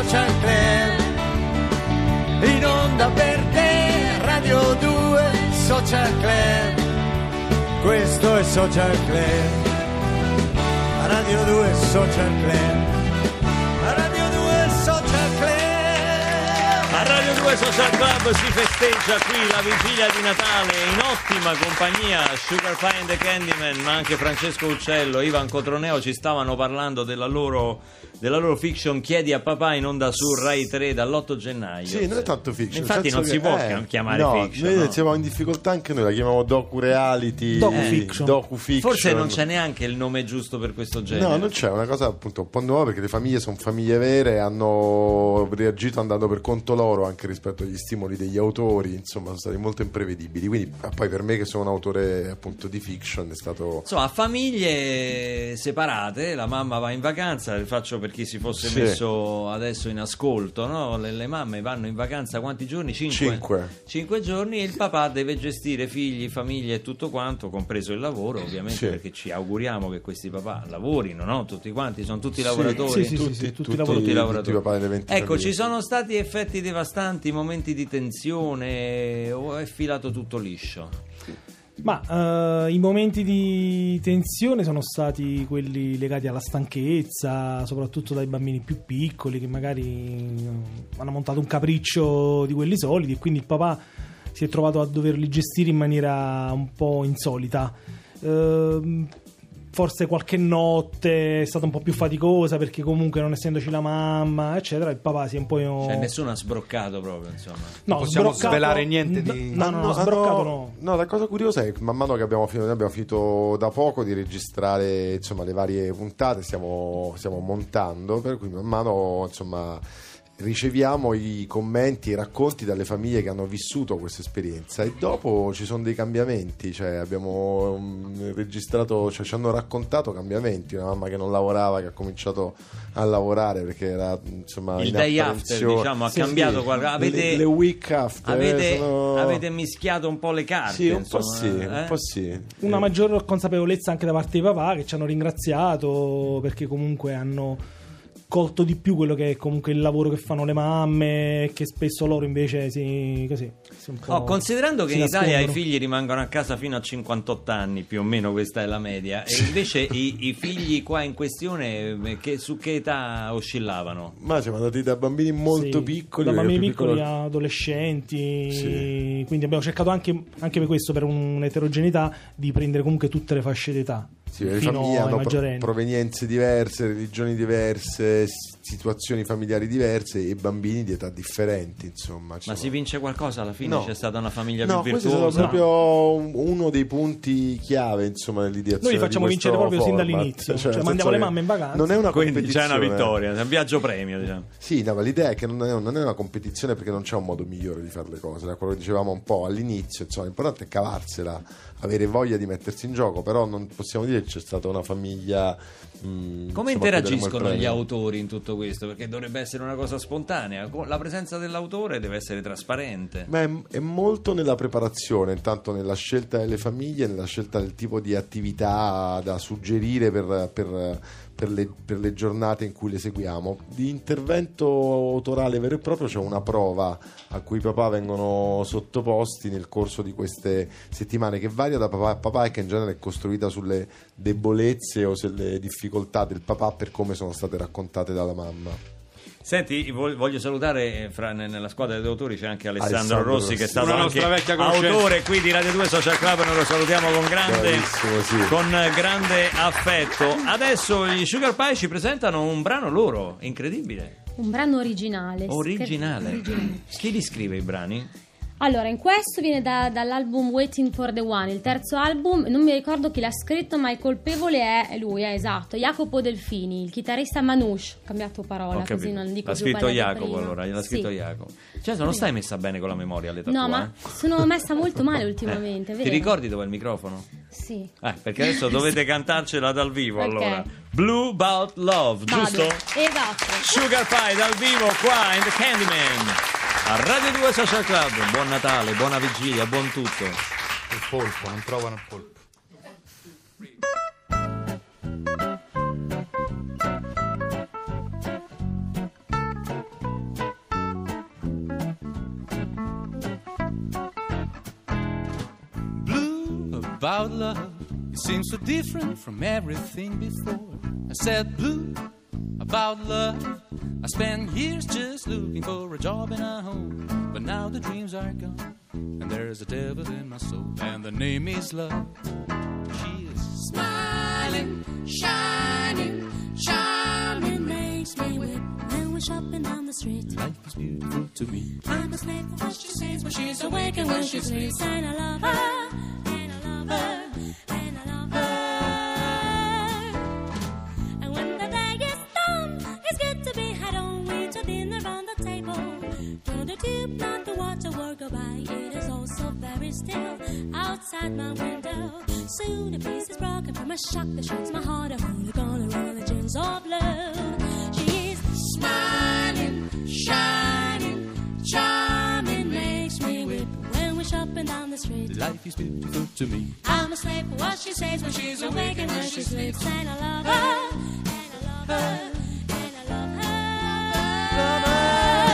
Social Club. In onda per te, Radio 2 Social Club. Questo è Social Club. Radio 2 Social Club. Radio 2 Social Club. A Radio 2 Social Club si festeggia qui la vigilia di Natale in ottima compagnia. Sugar Pie and the Candyman, ma anche Francesco Uccello, Ivan Cotroneo ci stavano parlando della loro fiction Chiedi a papà, in onda su Rai 3 dall'8 gennaio. Sì, non è tanto fiction. Infatti non si può chiamare fiction. Noi siamo in difficoltà anche noi, la chiamiamo docu-reality, docu-fiction. Forse non c'è neanche il nome giusto per questo genere. No, non c'è, una cosa appunto un po' nuova, perché le famiglie sono famiglie vere, hanno reagito andando per conto loro anche rispetto agli stimoli degli autori, insomma sono stati molto imprevedibili. Quindi poi per me, che sono un autore appunto di fiction, è stato... Insomma, a famiglie separate, la mamma va in vacanza, le faccio per chi si fosse messo adesso in ascolto, no? Le mamme vanno in vacanza quanti giorni? 5 giorni, e il papà deve gestire figli, famiglia e tutto quanto, compreso il lavoro, ovviamente, perché ci auguriamo che questi papà lavorino, no? Tutti quanti, sono tutti lavoratori. Tutti lavoratori. Tutti papà delle 20 ecco, famiglie. ci sono stati effetti devastanti, momenti di tensione, o è filato tutto liscio? Ma i momenti di tensione sono stati quelli legati alla stanchezza, soprattutto dai bambini più piccoli, che magari hanno montato un capriccio di quelli soliti, e quindi il papà si è trovato a doverli gestire in maniera un po' insolita. Forse qualche notte è stata un po' più faticosa, perché comunque, non essendoci la mamma eccetera, il papà si è un po'... Cioè nessuno ha sbroccato proprio, insomma. No, non possiamo svelare niente di... No, sbroccato no. No, la cosa curiosa è che man mano che abbiamo finito da poco di registrare, insomma, le varie puntate, stiamo montando, per cui man mano, insomma, riceviamo i commenti e i racconti dalle famiglie che hanno vissuto questa esperienza, e dopo ci sono dei cambiamenti. Cioè abbiamo registrato, cioè ci hanno raccontato cambiamenti. Una mamma che non lavorava, che ha cominciato a lavorare perché era, insomma, il day after, diciamo, ha cambiato qualcosa. Le week after avete mischiato un po' le carte. Sì, un po' sì. Una maggior consapevolezza anche da parte dei papà, che ci hanno ringraziato perché comunque hanno colto di più quello che è comunque il lavoro che fanno le mamme, che spesso loro invece si un po', considerando che in Italia nascondono. i figli rimangono a casa fino a 58 anni, più o meno questa è la media, e invece i figli qua in questione su che età oscillavano? Ma siamo andati da bambini molto piccoli, da bambini piccoli a adolescenti, quindi abbiamo cercato anche per questo, per un'eterogeneità, di prendere comunque tutte le fasce d'età. Sì, le famiglie hanno provenienze diverse, religioni diverse, situazioni familiari diverse e bambini di età differenti, insomma. Ma si vince qualcosa alla fine? No. C'è stata una famiglia no, più virtuosa? Questo è proprio uno dei punti chiave, insomma, nell'ideazione. Noi li facciamo di vincere proprio format. sin dall'inizio, cioè mandiamo le mamme in vacanza. Non è una quindi competizione. c'è una vittoria, è un viaggio premio, diciamo. Sì, no, ma l'idea è che non è una competizione, perché non c'è un modo migliore di fare le cose. Da quello che dicevamo un po' all'inizio, insomma, l'importante è cavarsela, avere voglia di mettersi in gioco, però non possiamo dire che c'è stata una famiglia... Come interagiscono gli autori in tutto questo? Perché dovrebbe essere una cosa spontanea. La presenza dell'autore deve essere trasparente. Beh, è molto nella preparazione, intanto nella scelta delle famiglie, nella scelta del tipo di attività da suggerire per le giornate in cui le seguiamo. Di intervento autorale vero e proprio c'è una prova a cui i papà vengono sottoposti nel corso di queste settimane, che varia da papà a papà e che in genere è costruita sulle debolezze o sulle difficoltà del papà per come sono state raccontate dalla mamma. Senti, voglio salutare nella squadra degli autori c'è anche Alessandro Rossi, che è stato una anche nostra vecchia autore qui di Radio 2 Social Club. Noi lo salutiamo con grande affetto. Adesso gli Sugar Pie ci presentano un brano loro, incredibile. Un brano originale. Originale. Chi li scrive i brani? Allora, in questo viene dall'album Waiting for the One, il terzo album. Non mi ricordo chi l'ha scritto, ma il colpevole è lui, esatto, Jacopo Delfini, il chitarrista Manouche. Ho cambiato parola, così non dico l'ha più scritto Jacopo prima. allora, gliel'ha scritto Jacopo. Cioè, non stai messa bene con la memoria all'età tua? No, ma sono messa molto male ultimamente, Ti vero? ricordi dove è il microfono? Sì. Perché adesso dovete cantarcela dal vivo, allora. Blue About Love, giusto? Esatto. Sugar Pie dal vivo qua in The Candyman a Radio 2 Social Club. Buon Natale, buona vigilia, buon tutto. Il polpo, non trovano il polpo. about love. It seems so different from everything before. I said blue about love. I spent years just looking for a job and a home, but now the dreams are gone, and there's a devil in my soul, and the name is love. She is smiling, shining, charming, makes me weep when we're shopping down the street. Life is beautiful to me. I'm a slave for what she says when she's awake and when she sleeps, and I love her, and I love her, and I love her. And when the day is done, it's good to be had home with your dinner on the table. Through the tube, not to watch the world go by. It is also very still outside my window. Soon the peace is broken from a shock that shakes my heart. A holy gonna roll the gems of love. She is smiling, shining, charming, makes me weep when we're shopping down the street. Life is beautiful to me. I'm a slave for what she says when she's awake and when she sleeps, and I love her, and I love her, and I love her. Love her.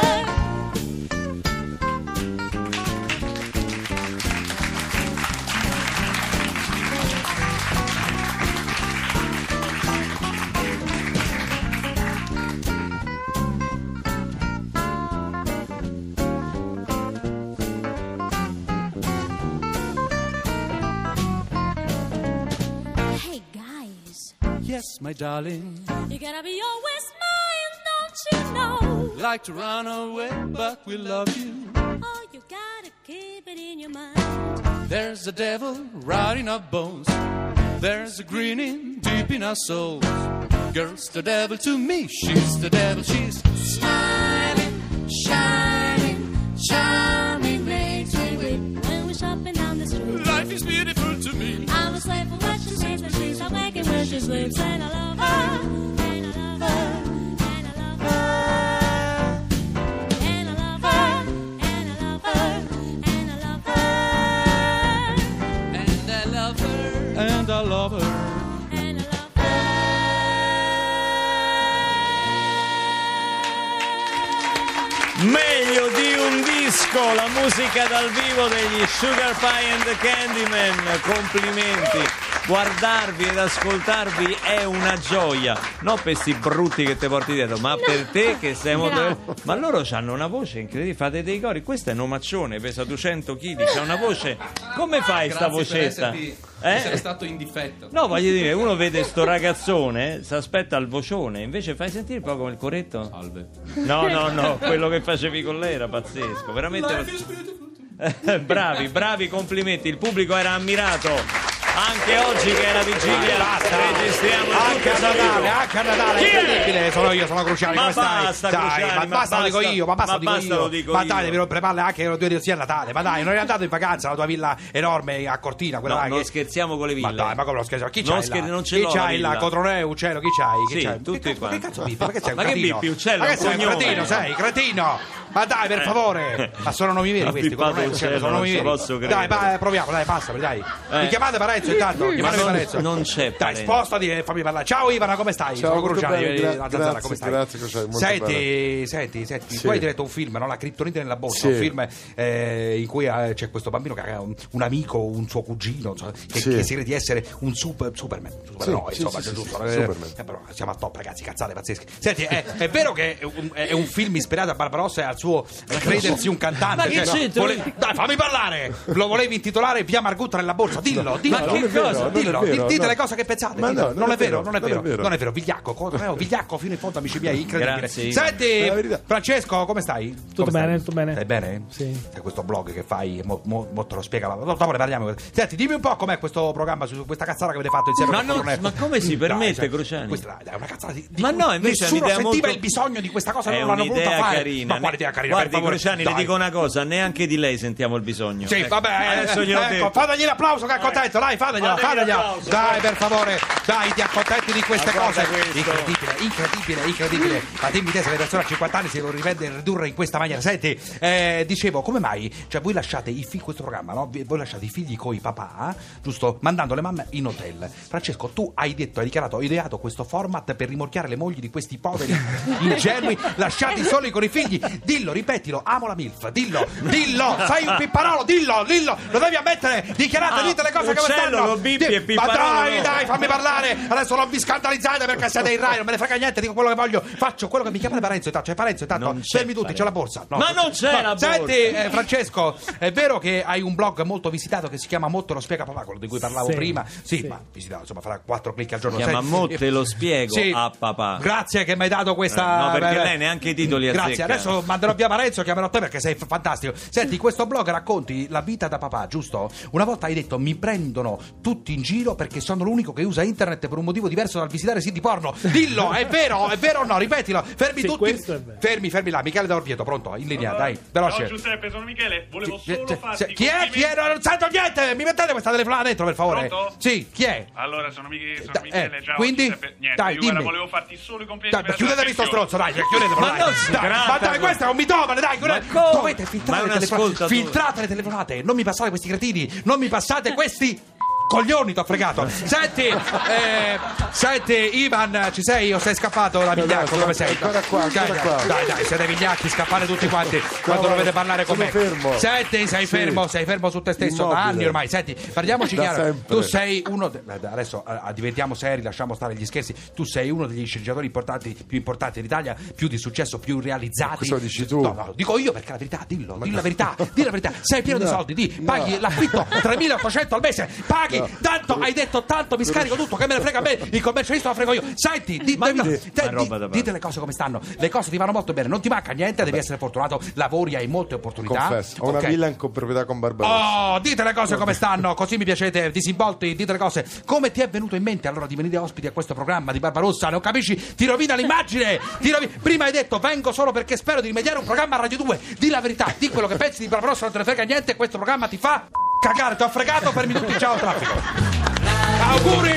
Yes, my darling. You gotta be always mine, don't you know? Like to run away, but we love you. Oh, you gotta keep it in your mind. There's a devil right in our bones. There's a grinning deep in our souls. Girl's the devil to me. She's the devil. She's smiling, shining, charming, makes me weep when we're shopping down the street. Life is beautiful to me. I'm a slave for what she says when she's awake and when she sleeps, and I love her, and I love her, and I love her, and I love her, and I love her, and I love her, and I love her, and I love her. Meglio di un disco, la musica dal vivo degli Sugar Pie and the Candyman. Complimenti. Guardarvi ed ascoltarvi è una gioia, non per sti brutti che te porti dietro, ma per te che sei molto... Ma loro hanno una voce incredibile, fate dei cori. Questo è un omaccione, pesa 200 kg, c'ha una voce. Come fai sta vocetta? Essere stato in difetto. No, voglio dire, uno vede sto ragazzone, si aspetta il vocione, invece fai sentire un po' come il coretto. Salve. No, quello che facevi con lei era pazzesco, veramente. Bravi, complimenti, il pubblico era ammirato. Anche oggi che era vigilia, registriamo anche a Natale, incredibile. Sono io, sono Cruciani, come stai? Basta, dai, Cruciani, ma basta lo dico io, lo dico ma io. dai, devi rompere palle anche le tue sia a Natale, ma dai, non eri andato in vacanza alla tua villa enorme a Cortina, quella no, là non che... scherziamo con le ville. Ma dai, ma come non scherziamo? Chi c'hai là? Non ce chi l'ho c'hai la là? Cotroneo, Uccello, chi c'hai? Sì, c'hai? tutti quanti. Che cazzo bippi? Ma che sei un ma cretino? che bippi, Uccello? Ma che sei un cretino, sei? Cretino! Ma dai, per favore! Ma sono nomi veri questi, Cotroneo, Uccello, sono nomi veri. Dai, proviamo, dai, passami, dai. Mi chiamate Parenzo intanto? Chiamatemi Parenzo. Non c'è dai, spostati e fammi parlare. Ciao Ivana, come stai? Ciao, sono Cruciani, grazie, come stai? Grazie, Cruciani, senti, sì. tu hai diretto un film, no? La Criptonite nella borsa, sì. Un film in cui c'è questo bambino che ha un amico, un suo cugino, che si crede di essere un Superman, supereroe, insomma, sì, giusto? Superman. Però siamo a top, ragazzi, cazzate pazzesche. Senti, è vero che è un film ispirato a Barbarossa e al suo credersi un cantante? Ma che c'entra? Dai, fammi parlare! Lo volevi intitolare Via Margutta nella borsa? Dillo. Ma che cosa? Dillo, dite le cose che pensate. Ma no, non è vero. Vigliacco fino in fondo, amici miei, incredibile. Grazie. Senti, Francesco, come stai? Tutto bene. Stai bene? Sì. C'è questo blog che fai, mo te lo spiega, dopo ne parliamo. Senti, dimmi un po' com'è questo programma, su questa cazzata che avete fatto insieme. Ma come si permette, Cruciani? Questa è una cazzata di ma no, invece nessuno sentiva molto... il bisogno di questa cosa, è non l'hanno voluta fare. Carina. Ma quale idea carina? Guardi, Cruciani, le dico una cosa, neanche di lei sentiamo il bisogno. Sì, vabbè, adesso glielo detto. Fategli l'applauso che è contento, dai, fateglielo. Dai, per favore, dai, ti accontenti di queste cose. Incredibile. Ma dimmi te se le persone a 50 anni si lo rivede ridurre in questa maniera. Senti, dicevo, come mai? Cioè, voi lasciate i figli, questo programma, no? Voi lasciate i figli coi papà, giusto? Mandando le mamme in hotel. Francesco, tu hai ideato questo format per rimorchiare le mogli di questi poveri ingenui lasciati soli con i figli. dillo, ripetilo, amo la MILF, dillo, sei un pipparolo, dillo, lo devi ammettere, dichiarate, dite le cose che Uccello, lo bippi e pipparolo. Ma dai, fammi parlare, adesso non vi scandalizzate perché siete in Rai, non me ne frega niente, dico quello che voglio, faccio quello che mi chiama Parenzo, c'è Parenzo, intanto, fermi tutti, c'è la borsa. No, ma non c'è la borsa. Senti, Francesco, è vero che hai un blog molto visitato che si chiama Motte lo spiega papà, quello di cui parlavo prima? Sì, ma visitato, insomma, farà 4 click al giorno. Si chiama Motte lo spiego a papà. Grazie che mi hai dato questa... no, perché lei neanche i titoli azzecca. Grazie, adesso manderò via Parenzo, chiamerò te perché sei fantastico. Senti, questo blog racconti la vita da papà, giusto? Una volta hai detto mi prendono tutti in giro perché sono l'unico che usa internet per un motivo diverso dal visitare siti porno. Dillo, è vero o no? Ripetilo. Fermi tutti. Fermi là, Michele da Orvieto, pronto? In linea, dai, veloce. Ciao Giuseppe, sono Michele, volevo solo farti chi è? Non sento niente, mi mettete questa telefonata dentro per favore. Pronto? Sì, chi è? Allora, sono Michele, ciao quindi? Giuseppe. Niente, Dai, dimmi. volevo farti solo i complimenti. Dai, chiudetevi sto stronzo, dai, chiudetelo. Ma non si tratta, ma dai, questo è un mitomane, dai, dovete filtrare le telefonate. Filtrate le telefonate, non mi passate questi cretini, non mi passate questi coglioni, t'ho fregato. Senti, Ivan, ci sei o sei scappato da Vigliacco? Come sei? Ancora qua. Dai, siete vigliacchi, scappate tutti quanti quando dovete parlare con me. Fermo. Senti, sei fermo su te stesso da anni ormai. Senti, parliamoci chiaro. Sempre. Tu sei uno adesso diventiamo seri, lasciamo stare gli scherzi. Tu sei uno degli sceneggiatori più importanti d'Italia, più di successo, più realizzati. Questo dici tu? No, dico io perché la verità, dillo la verità. Sei pieno di soldi, paghi l'affitto 3.800 al mese, paghi tanto, hai detto tanto, mi scarico tutto, che me ne frega a me, il commercialista lo frego io. Senti, dite le cose come stanno, le cose ti vanno molto bene, non ti manca niente, devi essere fortunato, lavori, hai molte opportunità. Confesso, ho una villa in proprietà con Barbarossa. Oh, dite le cose come stanno, così mi piacete, disinvolti, dite le cose. Come ti è venuto in mente allora di venire ospiti a questo programma di Barbarossa? Non capisci? Ti rovina l'immagine. Prima hai detto vengo solo perché spero di rimediare un programma a Radio 2. Di la verità, di quello che pensi di Barbarossa, non te ne frega niente, questo programma ti fa cagare, ti ho fregato, fermi tutti, ciao traffico. Auguri.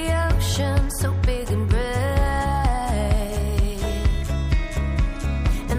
So big and bright, and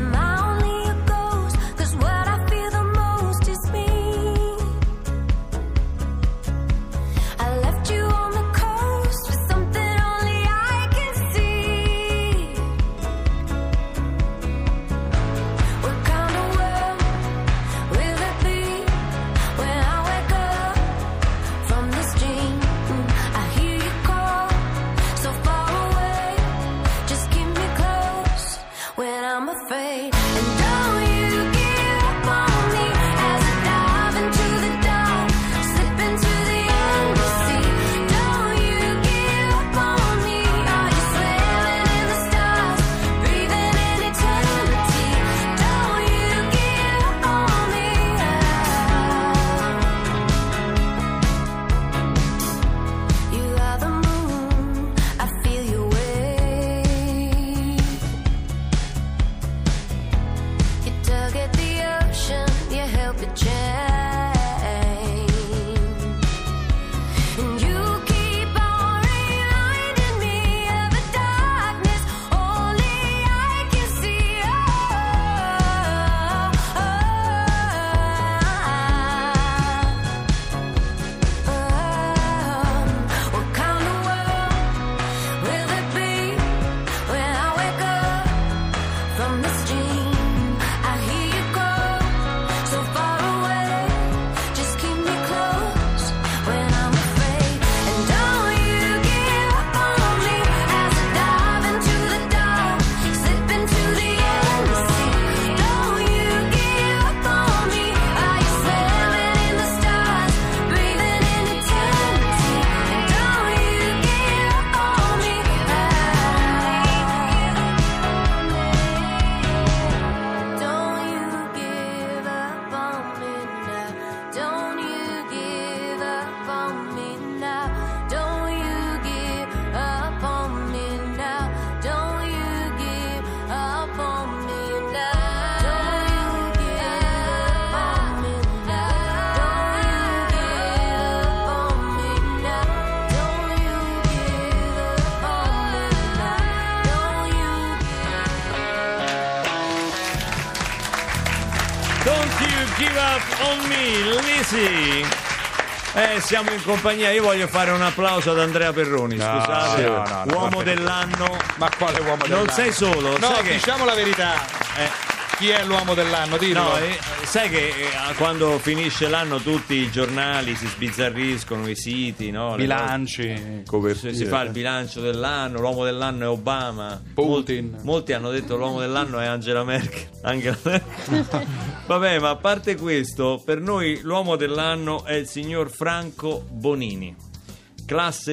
Give Up On Me, Lizzy. Siamo in compagnia, io voglio fare un applauso ad Andrea Perroni, scusate, uomo dell'anno. Ma quale uomo dell'anno? Non sei solo, no, sai diciamo la verità. Chi è l'uomo dell'anno? Dillo. No, sai che quando finisce l'anno tutti i giornali si sbizzarriscono, i siti, no? Bilanci, si fa il bilancio dell'anno, l'uomo dell'anno è Obama, Putin. Molti hanno detto l'uomo dell'anno è Angela Merkel. Vabbè, ma a parte questo, per noi l'uomo dell'anno è il signor Franco Bonini, classe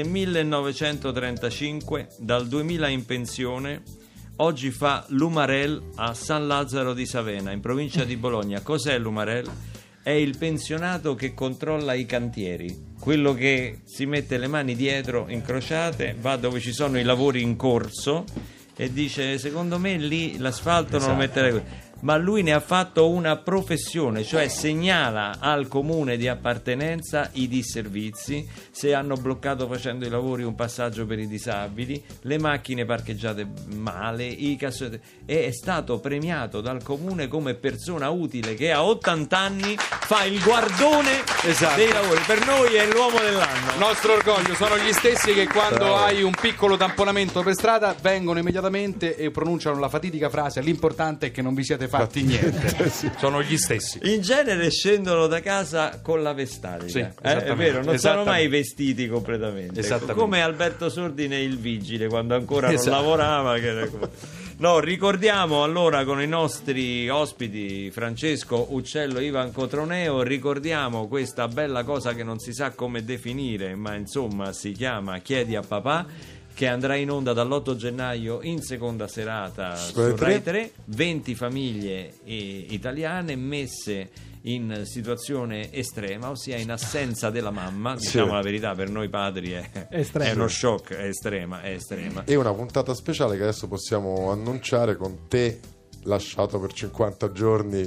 1935, dal 2000 in pensione. Oggi fa l'Umarell a San Lazzaro di Savena, in provincia di Bologna. Cos'è l'Umarell? È il pensionato che controlla i cantieri, quello che si mette le mani dietro incrociate, va dove ci sono i lavori in corso e dice: secondo me lì l'asfalto non lo metterei così. Ma lui ne ha fatto una professione, cioè segnala al comune di appartenenza i disservizi, se hanno bloccato facendo i lavori un passaggio per i disabili, le macchine parcheggiate male, i cassonetti, e è stato premiato dal comune come persona utile che a 80 anni fa il guardone dei lavori. Per noi è l'uomo dell'anno. Nostro orgoglio, sono gli stessi che quando hai un piccolo tamponamento per strada vengono immediatamente e pronunciano la fatidica frase: l'importante è che non vi siate fatti niente. Sono gli stessi. In genere scendono da casa con la vestaglia, è vero, non sono mai vestiti completamente, come Alberto Sordi nel Vigile quando ancora non lavorava, che era come... No, ricordiamo allora con i nostri ospiti Francesco Uccello, Ivan Cotroneo, ricordiamo questa bella cosa che non si sa come definire, ma insomma si chiama Chiedi a papà, che andrà in onda dall'8 gennaio in seconda serata su Rai 3. 20 famiglie italiane messe in situazione estrema, ossia in assenza della mamma. Diciamo la verità, per noi padri è uno shock, è estrema. E una puntata speciale che adesso possiamo annunciare con te lasciato per 50 giorni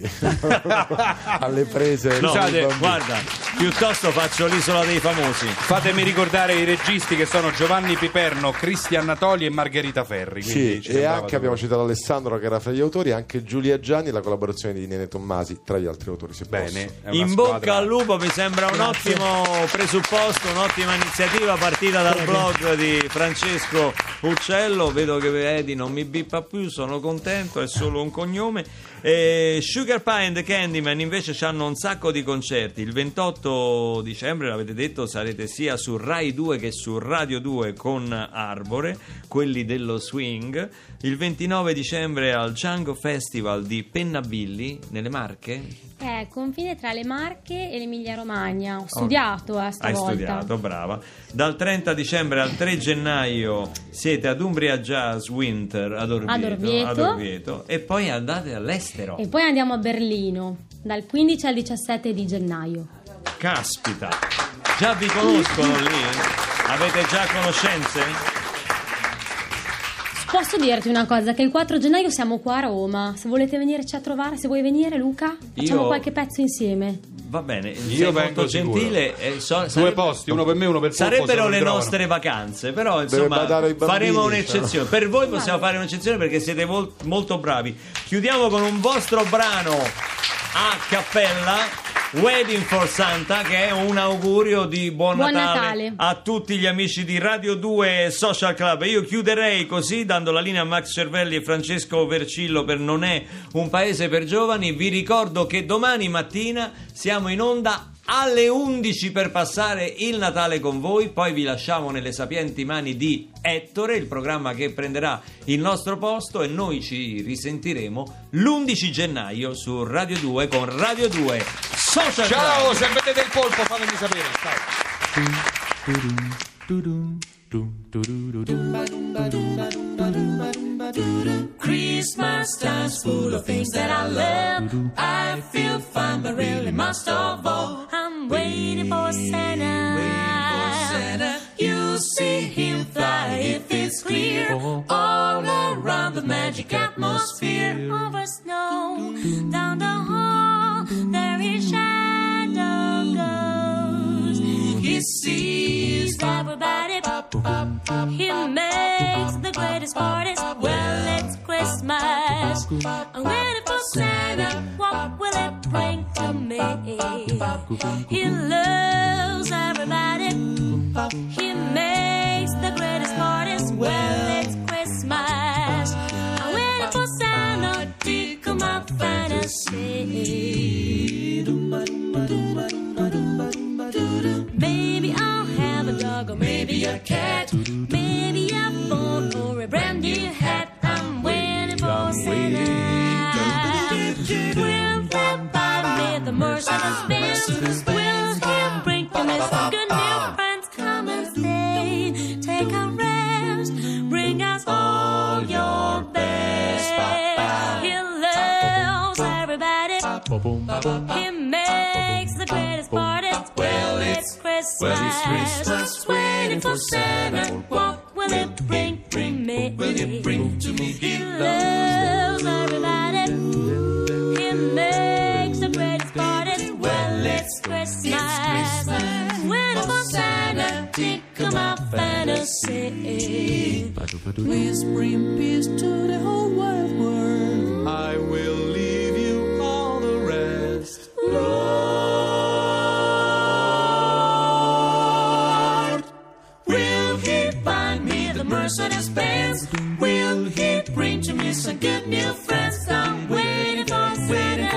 alle prese. Scusate, guarda, piuttosto faccio l'Isola dei Famosi. Fatemi ricordare i registi che sono Giovanni Piperno, Cristian Natoli e Margherita Ferri. Sì, e anche abbiamo citato Alessandro che era fra gli autori, anche Giulia Gianni, la collaborazione di Nene Tommasi tra gli altri autori. Bene, in bocca al lupo, mi sembra un ottimo presupposto, un'ottima iniziativa partita dal blog di Francesco Uccello. Vedo che Edi non mi bippa più, sono contento, è solo un cognome. Sugar Pie and the Candyman invece hanno un sacco di concerti. Il 28 dicembre, l'avete detto, sarete sia su Rai 2 che su Radio 2 con Arbore, quelli dello swing. Il 29 dicembre al Django Festival di Pennabilli nelle Marche. Confine tra le Marche e l'Emilia Romagna. Ho studiato stavolta. Hai studiato, brava. Dal 30 dicembre al 3 gennaio siete ad Umbria Jazz Winter ad Orvieto. E poi andate all'estero. E poi andiamo a Berlino dal 15 al 17 di gennaio. Caspita, già vi conoscono lì? Avete già conoscenze? Posso dirti una cosa, che il 4 gennaio siamo qua a Roma. Se volete venirci a trovare, se vuoi venire Luca, facciamo qualche pezzo insieme. Va bene, io vengo gentile. Due posti, uno per me, uno per te. Sarebbero le nostre vacanze, però insomma faremo un'eccezione. Per voi possiamo fare un'eccezione perché siete molto bravi. Chiudiamo con un vostro brano a cappella, Waiting for Santa, che è un augurio di buon Natale a tutti gli amici di Radio 2 Social Club. Io chiuderei così, dando la linea a Max Cervelli e Francesco Vercillo per Non è un paese per giovani. Vi ricordo che domani mattina siamo in onda alle 11 per passare il Natale con voi, poi vi lasciamo nelle sapienti mani di Ettore, il programma che prenderà il nostro posto, e noi ci risentiremo l'11 gennaio su Radio 2 con Radio 2 Social Club. Ciao, se vedete il polpo fatemi sapere. Christmas time's full of things that I love. I feel fine, but really most of all, I'm waiting for Santa. You'll see him fly if it's clear. All around the magic atmosphere. Over snow, down the hall, there his shadow goes. He sees everybody pop. He makes the greatest parties. Well, it's Christmas. I'm waiting for Santa. What will it bring to me? me. He loves everybody. He makes the greatest parties. Well, it's Christmas. I'm waiting for Santa to tickle my fantasy. Maybe I'll have a dog or maybe a cat. Maybe a phone or a brand new hat. I'm waiting for Santa. Will they buy me the Mercedes-Benz? Will he bring to me some good new friends? Come and stay, take a rest, bring us all your best. He loves everybody. He makes the greatest parties. Well, it's Christmas. Waiting for Santa. What will it bring me? Will it bring to me? He loves everybody. He makes the greatest parties. Well, it's Christmas. Waiting for Santa. Tickle my fantasy. Please bring peace to the whole wide world. I will leave you all the rest. Lord, will he buy me the Mercedes-Benz? Will he bring to me some good new friends? I'm waiting for Santa.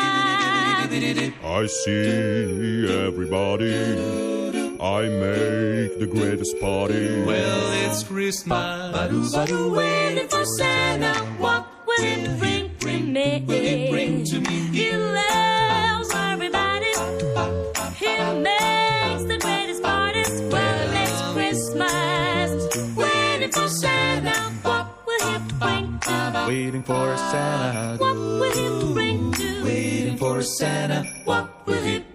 I see everybody. I make the greatest party. Well, it's Christmas. Waiting for Santa. What will it bring me? Will it bring to me? He loves everybody. He makes the greatest parties. Well, it's Christmas. Waiting for Santa. What will he bring to me? Waiting for Santa. What will he bring to me? Waiting for Santa. What will he